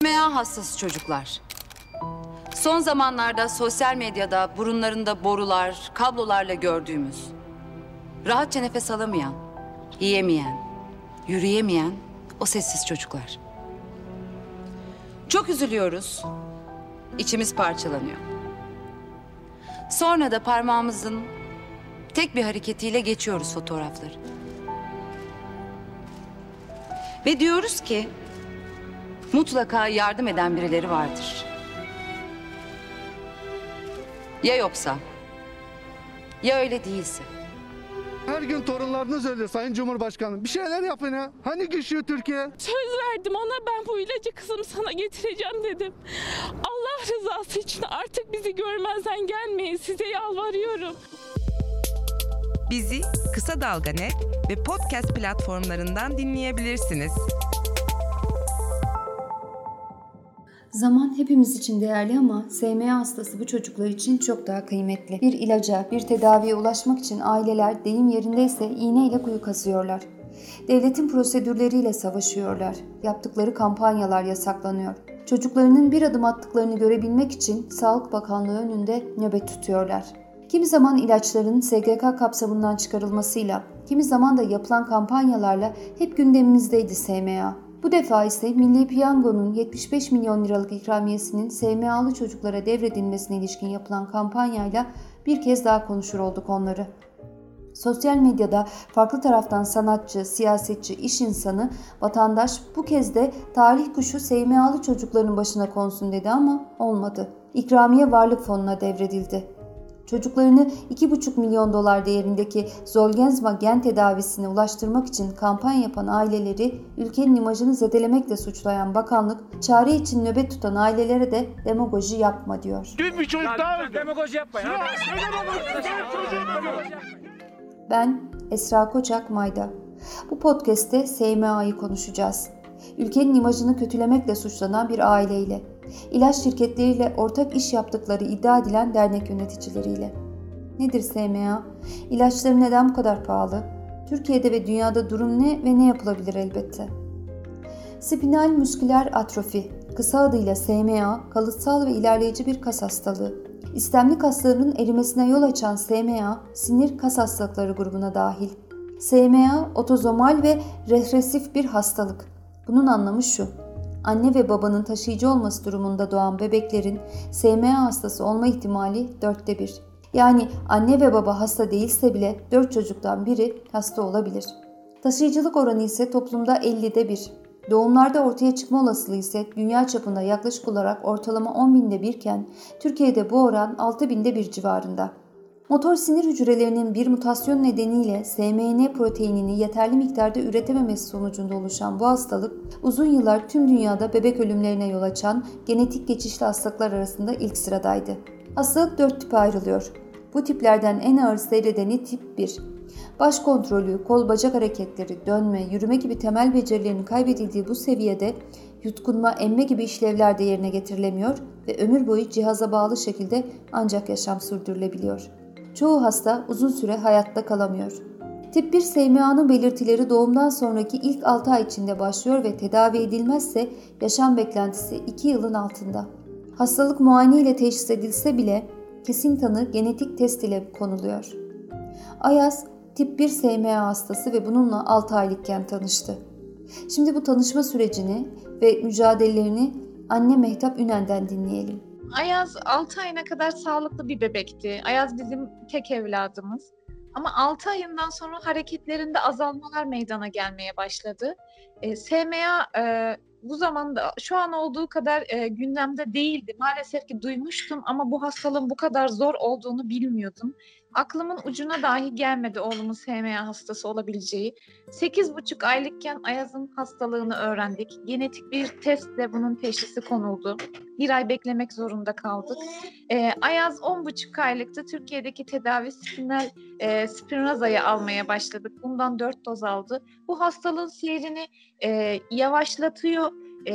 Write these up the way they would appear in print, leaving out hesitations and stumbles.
SMA hastası çocuklar. Son zamanlarda sosyal medyada burunlarında borular, kablolarla gördüğümüz, rahatça nefes alamayan, yiyemeyen, yürüyemeyen o sessiz çocuklar. Çok üzülüyoruz, içimiz parçalanıyor. Sonra da parmağımızın tek bir hareketiyle geçiyoruz fotoğrafları. Ve diyoruz ki mutlaka yardım eden birileri vardır. Ya yoksa? Ya öyle değilse? Her gün torunlarınız ölüyor Sayın Cumhurbaşkanım. Bir şeyler yapın ya. Hani güçlü Türkiye? Söz verdim ona, ben bu ilacı kızım sana getireceğim dedim. Allah rızası için artık bizi görmezden gelmeyin, size yalvarıyorum. Bizi Kısa Dalga Net ve podcast platformlarından dinleyebilirsiniz. Zaman hepimiz için değerli ama SMA hastası bu çocuklar için çok daha kıymetli. Bir ilaca, bir tedaviye ulaşmak için aileler deyim yerindeyse iğneyle kuyu kazıyorlar. Devletin prosedürleriyle savaşıyorlar. Yaptıkları kampanyalar yasaklanıyor. Çocuklarının bir adım attıklarını görebilmek için Sağlık Bakanlığı önünde nöbet tutuyorlar. Kimi zaman ilaçların SGK kapsamından çıkarılmasıyla, kimi zaman da yapılan kampanyalarla hep gündemimizdeydi SMA. Bu defa ise Milli Piyango'nun 75 milyon liralık ikramiyesinin SMA'lı çocuklara devredilmesine ilişkin yapılan kampanyayla bir kez daha konuşur olduk onları. Sosyal medyada farklı taraftan sanatçı, siyasetçi, iş insanı, vatandaş bu kez de talih kuşu SMA'lı çocukların başına konsun dedi ama olmadı. İkramiye Varlık Fonu'na devredildi. Çocuklarını 2,5 milyon dolar değerindeki Zolgensma gen tedavisine ulaştırmak için kampanya yapan aileleri ülkenin imajını zedelemekle suçlayan bakanlık, çare için nöbet tutan ailelere de demagoji yapma diyor. Dün bir çocuk daha öldü. Demagoji yapma ya. Ben Esra Koçak Mayda. Bu podcast'te SMA'yı konuşacağız. Ülkenin imajını kötülemekle suçlanan bir aileyle, ilaç şirketleriyle ortak iş yaptıkları iddia edilen dernek yöneticileriyle. Nedir SMA? İlaçları neden bu kadar pahalı? Türkiye'de ve dünyada durum ne ve ne yapılabilir elbette? Spinal musküler atrofi, kısa adıyla SMA, kalıtsal ve ilerleyici bir kas hastalığı. İstemli kaslarının erimesine yol açan SMA, sinir kas hastalıkları grubuna dahil. SMA, otozomal ve regresif bir hastalık. Bunun anlamı şu: anne ve babanın taşıyıcı olması durumunda doğan bebeklerin SMA hastası olma ihtimali 1/4. Yani anne ve baba hasta değilse bile 4 çocuktan biri hasta olabilir. Taşıyıcılık oranı ise toplumda 50'de 1. Doğumlarda ortaya çıkma olasılığı ise dünya çapında yaklaşık olarak ortalama 10.000'de 1 iken Türkiye'de bu oran 6.000'de 1 civarında. Motor sinir hücrelerinin bir mutasyon nedeniyle SMN proteinini yeterli miktarda üretememesi sonucunda oluşan bu hastalık, uzun yıllar tüm dünyada bebek ölümlerine yol açan genetik geçişli hastalıklar arasında ilk sıradaydı. Hastalık 4 tipe ayrılıyor. Bu tiplerden en ağır seyredeni tip 1. Baş kontrolü, kol bacak hareketleri, dönme, yürüme gibi temel becerilerinin kaybedildiği bu seviyede yutkunma, emme gibi işlevler de yerine getirilemiyor ve ömür boyu cihaza bağlı şekilde ancak yaşam sürdürülebiliyor. Çoğu hasta uzun süre hayatta kalamıyor. Tip 1 SMA'nın belirtileri doğumdan sonraki ilk 6 ay içinde başlıyor ve tedavi edilmezse yaşam beklentisi 2 yılın altında. Hastalık muayene ile teşhis edilse bile kesin tanı genetik test ile konuluyor. Ayaz tip 1 SMA hastası ve bununla 6 aylıkken tanıştı. Şimdi bu tanışma sürecini ve mücadelelerini anne Mehtap Ünen'den dinleyelim. Ayaz 6 ayına kadar sağlıklı bir bebekti. Ayaz bizim tek evladımız. Ama 6 ayından sonra hareketlerinde azalmalar meydana gelmeye başladı. SMA bu zamanda şu an olduğu kadar gündemde değildi. Maalesef ki duymuştum ama bu hastalığın bu kadar zor olduğunu bilmiyordum. Aklımın ucuna dahi gelmedi oğlumun SMA hastası olabileceği. 8,5 aylıkken Ayaz'ın hastalığını öğrendik. Genetik bir testle bunun teşhisi konuldu. Bir ay beklemek zorunda kaldık. Ayaz 10,5 aylıkta Türkiye'deki tedavi Spinraza'yı almaya başladık. Bundan 4 doz aldı. Bu hastalığın seyrini yavaşlatıyor,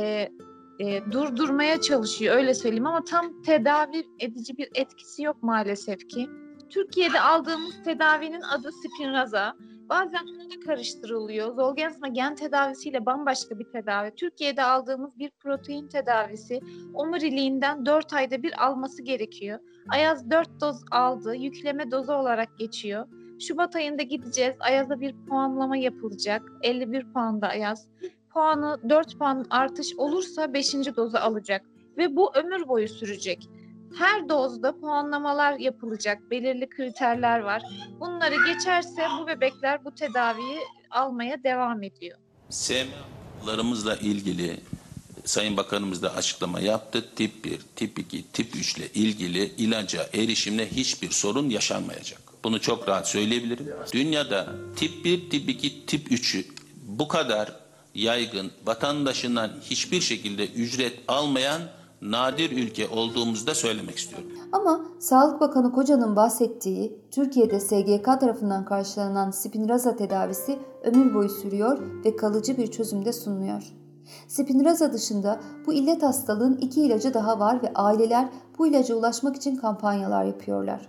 durdurmaya çalışıyor öyle söyleyeyim ama tam tedavi edici bir etkisi yok maalesef ki. Türkiye'de aldığımız tedavinin adı Spinraza. bazen onu da karıştırılıyor. Zolgensma gen tedavisiyle bambaşka bir tedavi. Türkiye'de aldığımız bir protein tedavisi omuriliğinden 4 ayda bir alması gerekiyor. Ayaz 4 doz aldı, yükleme dozu olarak geçiyor. Şubat ayında gideceğiz, Ayaz'a bir puanlama yapılacak. 51 puanda Ayaz. Puanı 4 puan artış olursa 5. dozu alacak. Ve bu ömür boyu sürecek. Her dozda puanlamalar yapılacak, belirli kriterler var. Bunları geçerse bu bebekler bu tedaviyi almaya devam ediyor. SMA'larımızla ilgili Sayın Bakanımız da açıklama yaptı. Tip 1, tip 2, tip 3 ile ilgili ilaca erişimle hiçbir sorun yaşanmayacak. Bunu çok rahat söyleyebilirim. Dünyada tip 1, tip 2, tip 3'ü bu kadar yaygın, vatandaşından hiçbir şekilde ücret almayan nadir ülke olduğumuzu da söylemek istiyorum. Ama Sağlık Bakanı Koca'nın bahsettiği Türkiye'de SGK tarafından karşılanan Spinraza tedavisi ömür boyu sürüyor ve kalıcı bir çözüm de sunmuyor. Spinraza dışında bu illet hastalığın 2 ilacı daha var ve aileler bu ilaca ulaşmak için kampanyalar yapıyorlar.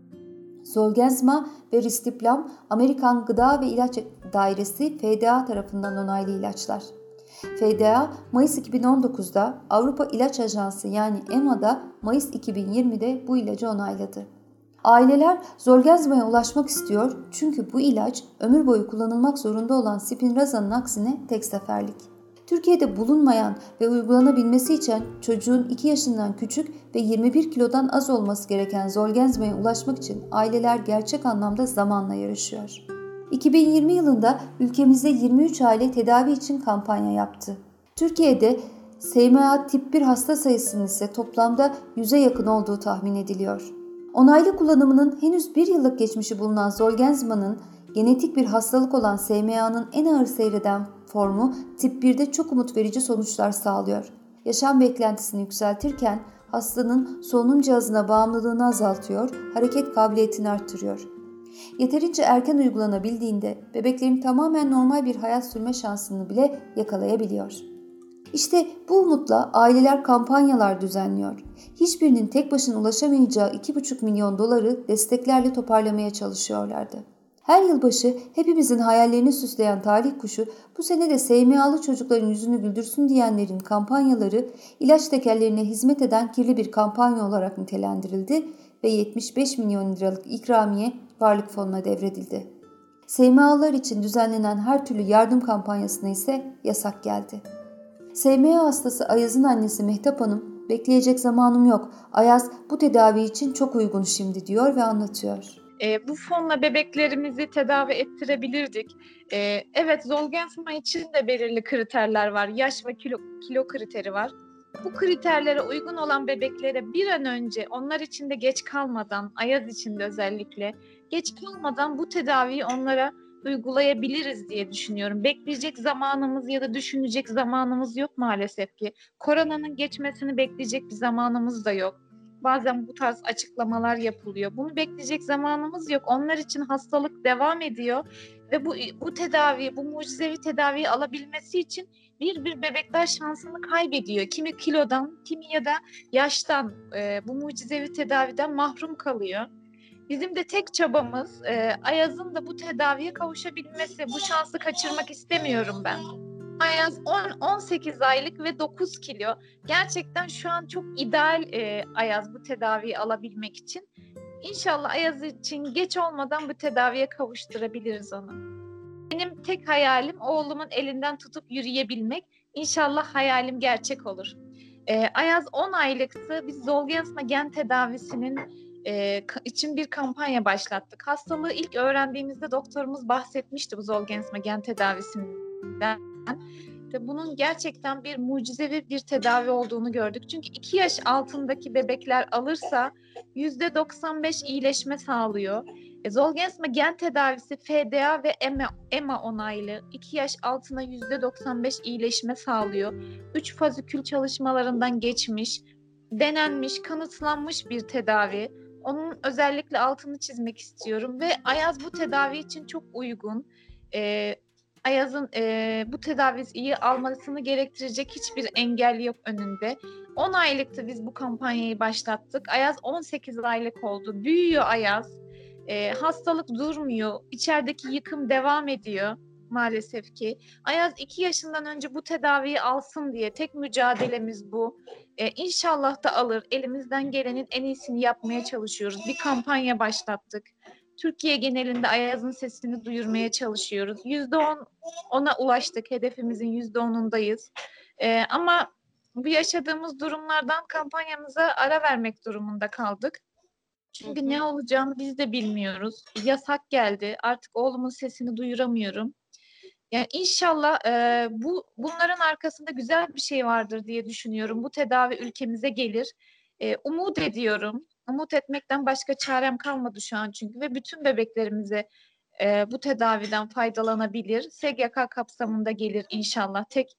Zolgensma ve Risdiplam Amerikan Gıda ve İlaç Dairesi FDA tarafından onaylı ilaçlar. FDA Mayıs 2019'da, Avrupa İlaç Ajansı yani EMA'da Mayıs 2020'de bu ilacı onayladı. Aileler Zolgensma'ya ulaşmak istiyor çünkü bu ilaç ömür boyu kullanılmak zorunda olan Spinraza'nın aksine tek seferlik. Türkiye'de bulunmayan ve uygulanabilmesi için çocuğun 2 yaşından küçük ve 21 kilodan az olması gereken Zolgensma'ya ulaşmak için aileler gerçek anlamda zamanla yarışıyor. 2020 yılında ülkemizde 23 aile tedavi için kampanya yaptı. Türkiye'de SMA tip 1 hasta sayısının ise toplamda 100'e yakın olduğu tahmin ediliyor. Onaylı kullanımının henüz 1 yıllık geçmişi bulunan Zolgensma'nın genetik bir hastalık olan SMA'nın en ağır seyreden formu tip 1'de çok umut verici sonuçlar sağlıyor. Yaşam beklentisini yükseltirken hastanın solunum cihazına bağımlılığını azaltıyor, hareket kabiliyetini artırıyor. Yeterince erken uygulanabildiğinde bebeklerin tamamen normal bir hayat sürme şansını bile yakalayabiliyor. İşte bu umutla aileler kampanyalar düzenliyor. Hiçbirinin tek başına ulaşamayacağı 2,5 milyon doları desteklerle toparlamaya çalışıyorlardı. Her yılbaşı hepimizin hayallerini süsleyen talih kuşu bu sene de SMA'lı çocukların yüzünü güldürsün diyenlerin kampanyaları ilaç tekellerine hizmet eden kirli bir kampanya olarak nitelendirildi ve 75 milyon liralık ikramiye varlık fonuna devredildi. SMA'lılar için düzenlenen her türlü yardım kampanyasına ise yasak geldi. SMA hastası Ayaz'ın annesi Mehtap Hanım, bekleyecek zamanım yok, Ayaz bu tedavi için çok uygun şimdi diyor ve anlatıyor. Bu fonla bebeklerimizi tedavi ettirebilirdik. Evet, Zolgensma için de belirli kriterler var. Yaş ve kilo kriteri var. Bu kriterlere uygun olan bebeklere bir an önce, onlar için de geç kalmadan, Ayaz için de özellikle geç kalmadan bu tedaviyi onlara uygulayabiliriz diye düşünüyorum. Bekleyecek zamanımız ya da düşünecek zamanımız yok maalesef ki. Koronanın geçmesini bekleyecek bir zamanımız da yok. Bazen bu tarz açıklamalar yapılıyor. Bunu bekleyecek zamanımız yok. Onlar için hastalık devam ediyor ve bu tedavi, bu mucizevi tedaviyi alabilmesi için bir bebekler şansını kaybediyor. Kimi kilodan, kimi ya da yaştan bu mucizevi tedaviden mahrum kalıyor. Bizim de tek çabamız Ayaz'ın da bu tedaviye kavuşabilmesi. Bu şansı kaçırmak istemiyorum ben. Ayaz 18 aylık ve 9 kilo. Gerçekten şu an çok ideal Ayaz bu tedaviyi alabilmek için. İnşallah Ayaz için geç olmadan bu tedaviye kavuşturabiliriz onu. Benim tek hayalim oğlumun elinden tutup yürüyebilmek. İnşallah hayalim gerçek olur. Ayaz 10 aylıktı. Biz Zolgensma gen tedavisinin için bir kampanya başlattık. Hastalığı ilk öğrendiğimizde doktorumuz bahsetmişti bu Zolgensma gen tedavisinden. Bunun gerçekten bir mucizevi bir tedavi olduğunu gördük. Çünkü 2 yaş altındaki bebekler alırsa %95 iyileşme sağlıyor. Zolgensma gen tedavisi FDA ve EMA onaylı. 2 yaş altına %95 iyileşme sağlıyor. 3 fazikül çalışmalarından geçmiş, denenmiş, kanıtlanmış bir tedavi. Onun özellikle altını çizmek istiyorum ve Ayaz bu tedavi için çok uygun. Ayaz'ın bu tedaviyi almasını gerektirecek hiçbir engel yok önünde. 10 aylıktı biz bu kampanyayı başlattık. Ayaz 18 aylık oldu. Büyüyor Ayaz. Hastalık durmuyor. İçerideki yıkım devam ediyor maalesef ki. Ayaz 2 yaşından önce bu tedaviyi alsın diye tek mücadelemiz bu. İnşallah da alır. Elimizden gelenin en iyisini yapmaya çalışıyoruz. Bir kampanya başlattık. Türkiye genelinde Ayaz'ın sesini duyurmaya çalışıyoruz. %10'a ulaştık. Hedefimizin %10'undayız. Ama bu yaşadığımız durumlardan kampanyamıza ara vermek durumunda kaldık. Çünkü ne olacağını biz de bilmiyoruz. Yasak geldi. Artık oğlumun sesini duyuramıyorum. Yani inşallah bunların arkasında güzel bir şey vardır diye düşünüyorum. Bu tedavi ülkemize gelir. Umut ediyorum. Umut etmekten başka çarem kalmadı şu an çünkü ve bütün bebeklerimize bu tedaviden faydalanabilir. SGK kapsamında gelir inşallah. Tek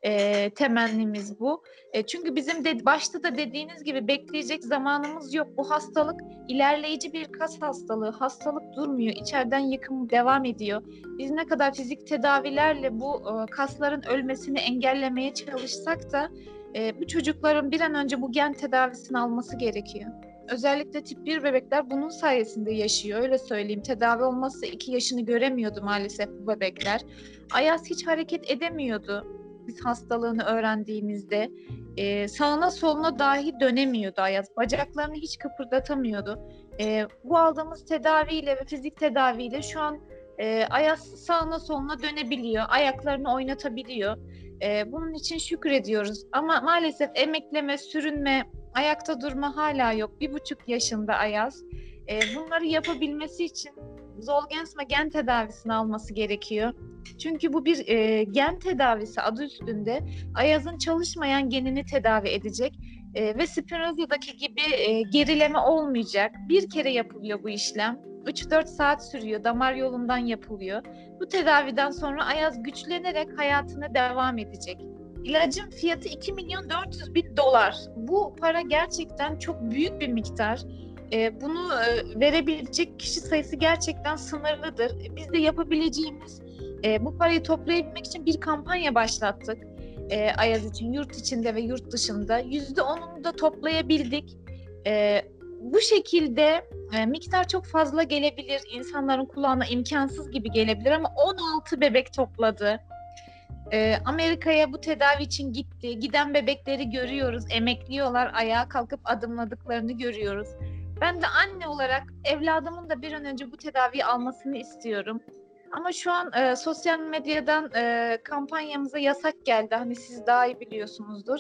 temennimiz bu. Çünkü bizim başta da dediğiniz gibi bekleyecek zamanımız yok. Bu hastalık ilerleyici bir kas hastalığı. Hastalık durmuyor. İçeriden yıkım devam ediyor. Biz ne kadar fizik tedavilerle bu kasların ölmesini engellemeye çalışsak da bu çocukların bir an önce bu gen tedavisini alması gerekiyor. Özellikle tip 1 bebekler bunun sayesinde yaşıyor. Öyle söyleyeyim. Tedavi olmazsa 2 yaşını göremiyordu maalesef bu bebekler. Ayaz hiç hareket edemiyordu. Biz hastalığını öğrendiğimizde sağına soluna dahi dönemiyordu Ayaz. Bacaklarını hiç kıpırdatamıyordu. Bu aldığımız tedaviyle ve fizik tedaviyle şu an Ayaz sağına soluna dönebiliyor. Ayaklarını oynatabiliyor. Bunun için şükrediyoruz. Ama maalesef emekleme, sürünme, ayakta durma hala yok. 1,5 yaşında Ayaz. Bunları yapabilmesi için Zolgensma gen tedavisini alması gerekiyor. Çünkü bu bir gen tedavisi adı üstünde. Ayaz'ın çalışmayan genini tedavi edecek ve Spinoza'daki gibi gerileme olmayacak. Bir kere yapılıyor bu işlem. 3-4 saat sürüyor. Damar yolundan yapılıyor. Bu tedaviden sonra Ayaz güçlenerek hayatına devam edecek. İlacın fiyatı $2.400.000. Bu para gerçekten çok büyük bir miktar. Bunu verebilecek kişi sayısı gerçekten sınırlıdır. Biz de yapabileceğimiz bu parayı toplayabilmek için bir kampanya başlattık. Ayaz için yurt içinde ve yurt dışında. %10'unu da toplayabildik. Bu şekilde miktar çok fazla gelebilir. İnsanların kulağına imkansız gibi gelebilir ama 16 bebek topladı. Amerika'ya bu tedavi için gitti. Giden bebekleri görüyoruz. Emekliyorlar. Ayağa kalkıp adımladıklarını görüyoruz. Ben de anne olarak evladımın da bir an önce bu tedaviyi almasını istiyorum. Ama şu an sosyal medyadan kampanyamıza yasak geldi. Hani siz daha iyi biliyorsunuzdur.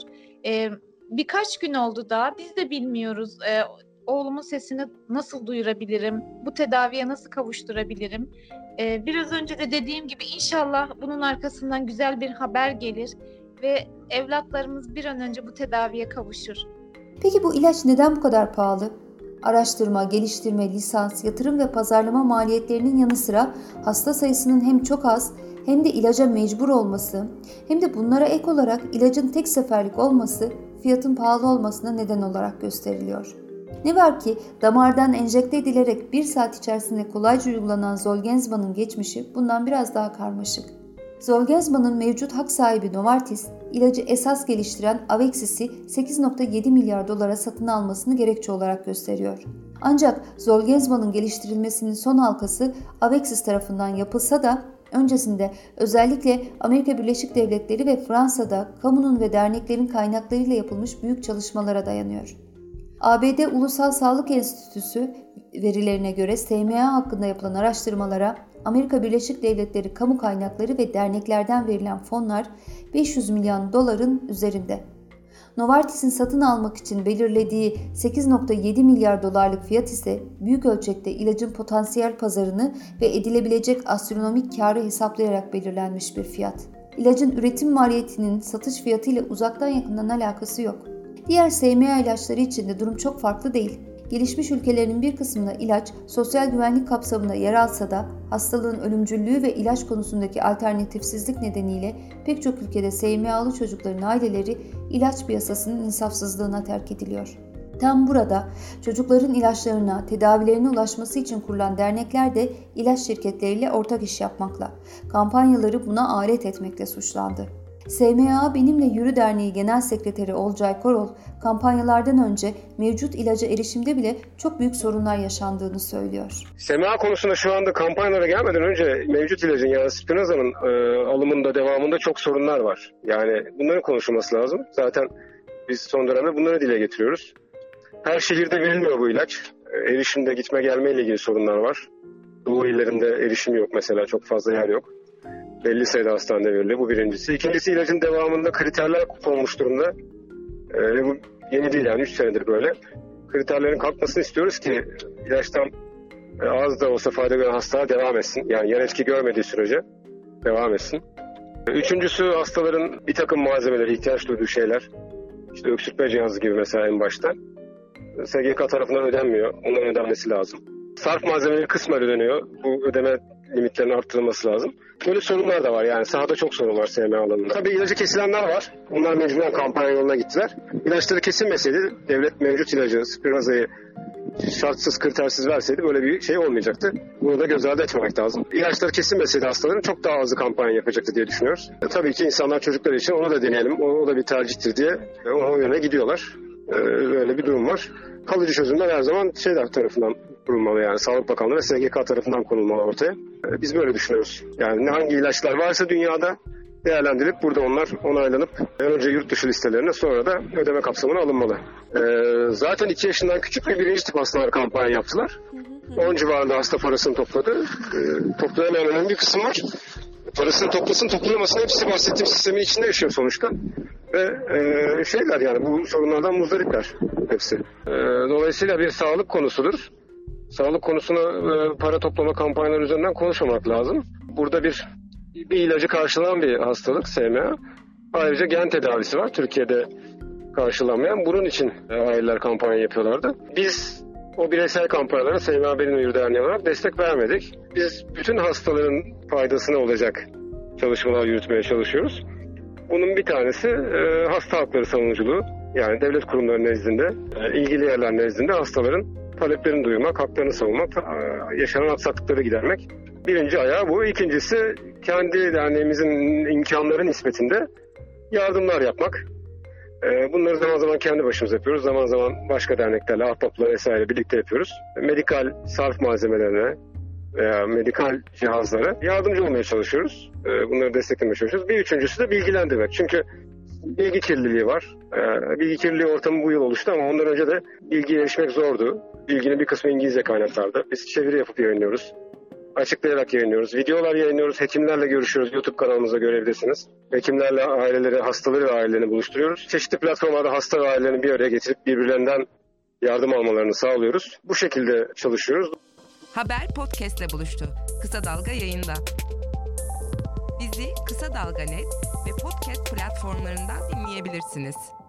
Birkaç gün oldu daha. Biz de bilmiyoruz. Oğlumun sesini nasıl duyurabilirim? Bu tedaviye nasıl kavuşturabilirim? Biraz önce de dediğim gibi inşallah bunun arkasından güzel bir haber gelir ve evlatlarımız bir an önce bu tedaviye kavuşur. Peki bu ilaç neden bu kadar pahalı? Araştırma, geliştirme, lisans, yatırım ve pazarlama maliyetlerinin yanı sıra hasta sayısının hem çok az hem de ilaca mecbur olması hem de bunlara ek olarak ilacın tek seferlik olması fiyatın pahalı olmasına neden olarak gösteriliyor. Ne var ki damardan enjekte edilerek 1 saat içerisinde kolayca uygulanan Zolgensma'nın geçmişi bundan biraz daha karmaşık. Zolgensma'nın mevcut hak sahibi Novartis, ilacı esas geliştiren Avexis'i $8.7 milyar satın almasını gerekçe olarak gösteriyor. Ancak Zolgensma'nın geliştirilmesinin son halkası Avexis tarafından yapılsa da öncesinde özellikle Amerika Birleşik Devletleri ve Fransa'da kamunun ve derneklerin kaynaklarıyla yapılmış büyük çalışmalara dayanıyor. ABD Ulusal Sağlık Enstitüsü verilerine göre SMA hakkında yapılan araştırmalara Amerika Birleşik Devletleri kamu kaynakları ve derneklerden verilen fonlar $500 milyon üzerinde. Novartis'in satın almak için belirlediği $8.7 milyar fiyat ise büyük ölçekte ilacın potansiyel pazarını ve edilebilecek astronomik karı hesaplayarak belirlenmiş bir fiyat. İlacın üretim maliyetinin satış fiyatı ile uzaktan yakından alakası yok. Diğer SMA ilaçları için de durum çok farklı değil. Gelişmiş ülkelerinin bir kısmında ilaç sosyal güvenlik kapsamında yer alsa da hastalığın ölümcüllüğü ve ilaç konusundaki alternatifsizlik nedeniyle pek çok ülkede SMA'lı çocukların aileleri ilaç piyasasının insafsızlığına terk ediliyor. Tam burada çocukların ilaçlarına, tedavilerine ulaşması için kurulan dernekler de ilaç şirketleriyle ortak iş yapmakla, kampanyaları buna alet etmekle suçlandı. SMA Benimle Yürü Derneği Genel Sekreteri Olcay Korol, kampanyalardan önce mevcut ilaca erişimde bile çok büyük sorunlar yaşandığını söylüyor. SMA konusunda şu anda kampanyalara gelmeden önce mevcut ilacın yani Spinraza'nın alımında, devamında çok sorunlar var. Yani bunların konuşulması lazım. Zaten biz son dönemde bunları dile getiriyoruz. Her şehirde verilmiyor bu ilaç. Erişimde gitme gelme ile ilgili sorunlar var. Doğu illerinde erişim yok mesela, çok fazla yer yok. Belli sayıda hastanede veriliyor, bu birincisi. İkincisi, ilacın devamında kriterler konmuş durumda. Bu yeni değil yani, 3 senedir böyle. Kriterlerin kalkmasını istiyoruz ki ilaçtan az da olsa fayda gören hastalar devam etsin. Yani yan etki görmediği sürece devam etsin. Üçüncüsü, hastaların bir takım malzemeleri, ihtiyaç duyduğu şeyler. İşte öksürtme cihazı gibi mesela en başta. SGK tarafından ödenmiyor. Onların ödenmesi lazım. Sarf malzemeleri kısmen ödeniyor. Bu ödeme limitlerinin arttırılması lazım. Böyle sorunlar da var yani. Sahada çok sorun var SMA alanında. Tabii ilacı kesilenler var. Bunlar mecburen kampanya yoluna gittiler. İlaçları kesilmeseydi, devlet mevcut ilacı Spinraza'yı şartsız, kritersiz verseydi böyle bir şey olmayacaktı. Bunu da göz ardı etmemek lazım. İlaçları kesilmeseydi hastaların çok daha azı kampanya yapacaktı diye düşünüyoruz. Tabii ki insanlar çocukları için onu da deneyelim, o da bir tercihtir diye o yöne gidiyorlar. Öyle bir durum var. Kalıcı çözümler her zaman şeyler tarafından kurulmalı, yani Sağlık Bakanlığı ve SGK tarafından konulmalı ortaya. Biz böyle düşünüyoruz. Yani hangi ilaçlar varsa dünyada değerlendirilip burada onlar onaylanıp önce yurt dışı listelerine, sonra da ödeme kapsamına alınmalı. Zaten 2 yaşından küçük ve 1. tip hastalar kampanya yaptılar. 10 civarında hasta parasını topladı. Toplayamayan önemli bir kısım var. Parasını toplasın toplamasın hepsi bahsettiğim sistemin içinde yaşıyor sonuçta. Ve şeyler yani bu sorunlardan muzdaripler hepsi. Dolayısıyla bir sağlık konusudur. Sağlık konusuna para toplama kampanyaları üzerinden konuşmamak lazım. Burada bir ilacı karşılayan bir hastalık SMA. Ayrıca gen tedavisi var Türkiye'de karşılanmayan. Bunun için aileler kampanya yapıyorlardı. Biz o bireysel kampanyalara SMA Benimle Yürü Derneği olarak destek vermedik. Biz bütün hastaların faydasına olacak çalışmalar yürütmeye çalışıyoruz. Bunun bir tanesi hasta hakları savunuculuğu. Yani devlet kurumları nezdinde, ilgili yerler nezdinde hastaların taleplerini duyurmak, haklarını savunmak, yaşanan aksaklıkları gidermek. Birinci ayağı bu. İkincisi, kendi derneğimizin imkanları nispetinde yardımlar yapmak. Bunları zaman zaman kendi başımıza yapıyoruz. Zaman zaman başka derneklerle, ahbapla vesaire birlikte yapıyoruz. Medikal sarf malzemelerine veya medikal cihazlara yardımcı olmaya çalışıyoruz. Bunları desteklemeye çalışıyoruz. Bir üçüncüsü de bilgilendirmek. Çünkü bilgi kirliliği var. Bilgi kirliliği ortamı bu yıl oluştu ama ondan önce de bilgiye erişmek zordu. Bilginin bir kısmı İngilizce kaynaklarda. Biz çeviri yapıp yayınlıyoruz. Açıklayarak yayınlıyoruz. Videolar yayınlıyoruz. Hekimlerle görüşüyoruz. YouTube kanalımızda görebilirsiniz. Hekimlerle aileleri, hastaları ve ailelerini buluşturuyoruz. Çeşitli platformlarda hasta ve ailelerini bir araya getirip birbirlerinden yardım almalarını sağlıyoruz. Bu şekilde çalışıyoruz. Haber podcast'le buluştu. Kısa Dalga yayında. Bizi Kısa Dalga.net ve podcast platformlarından dinleyebilirsiniz.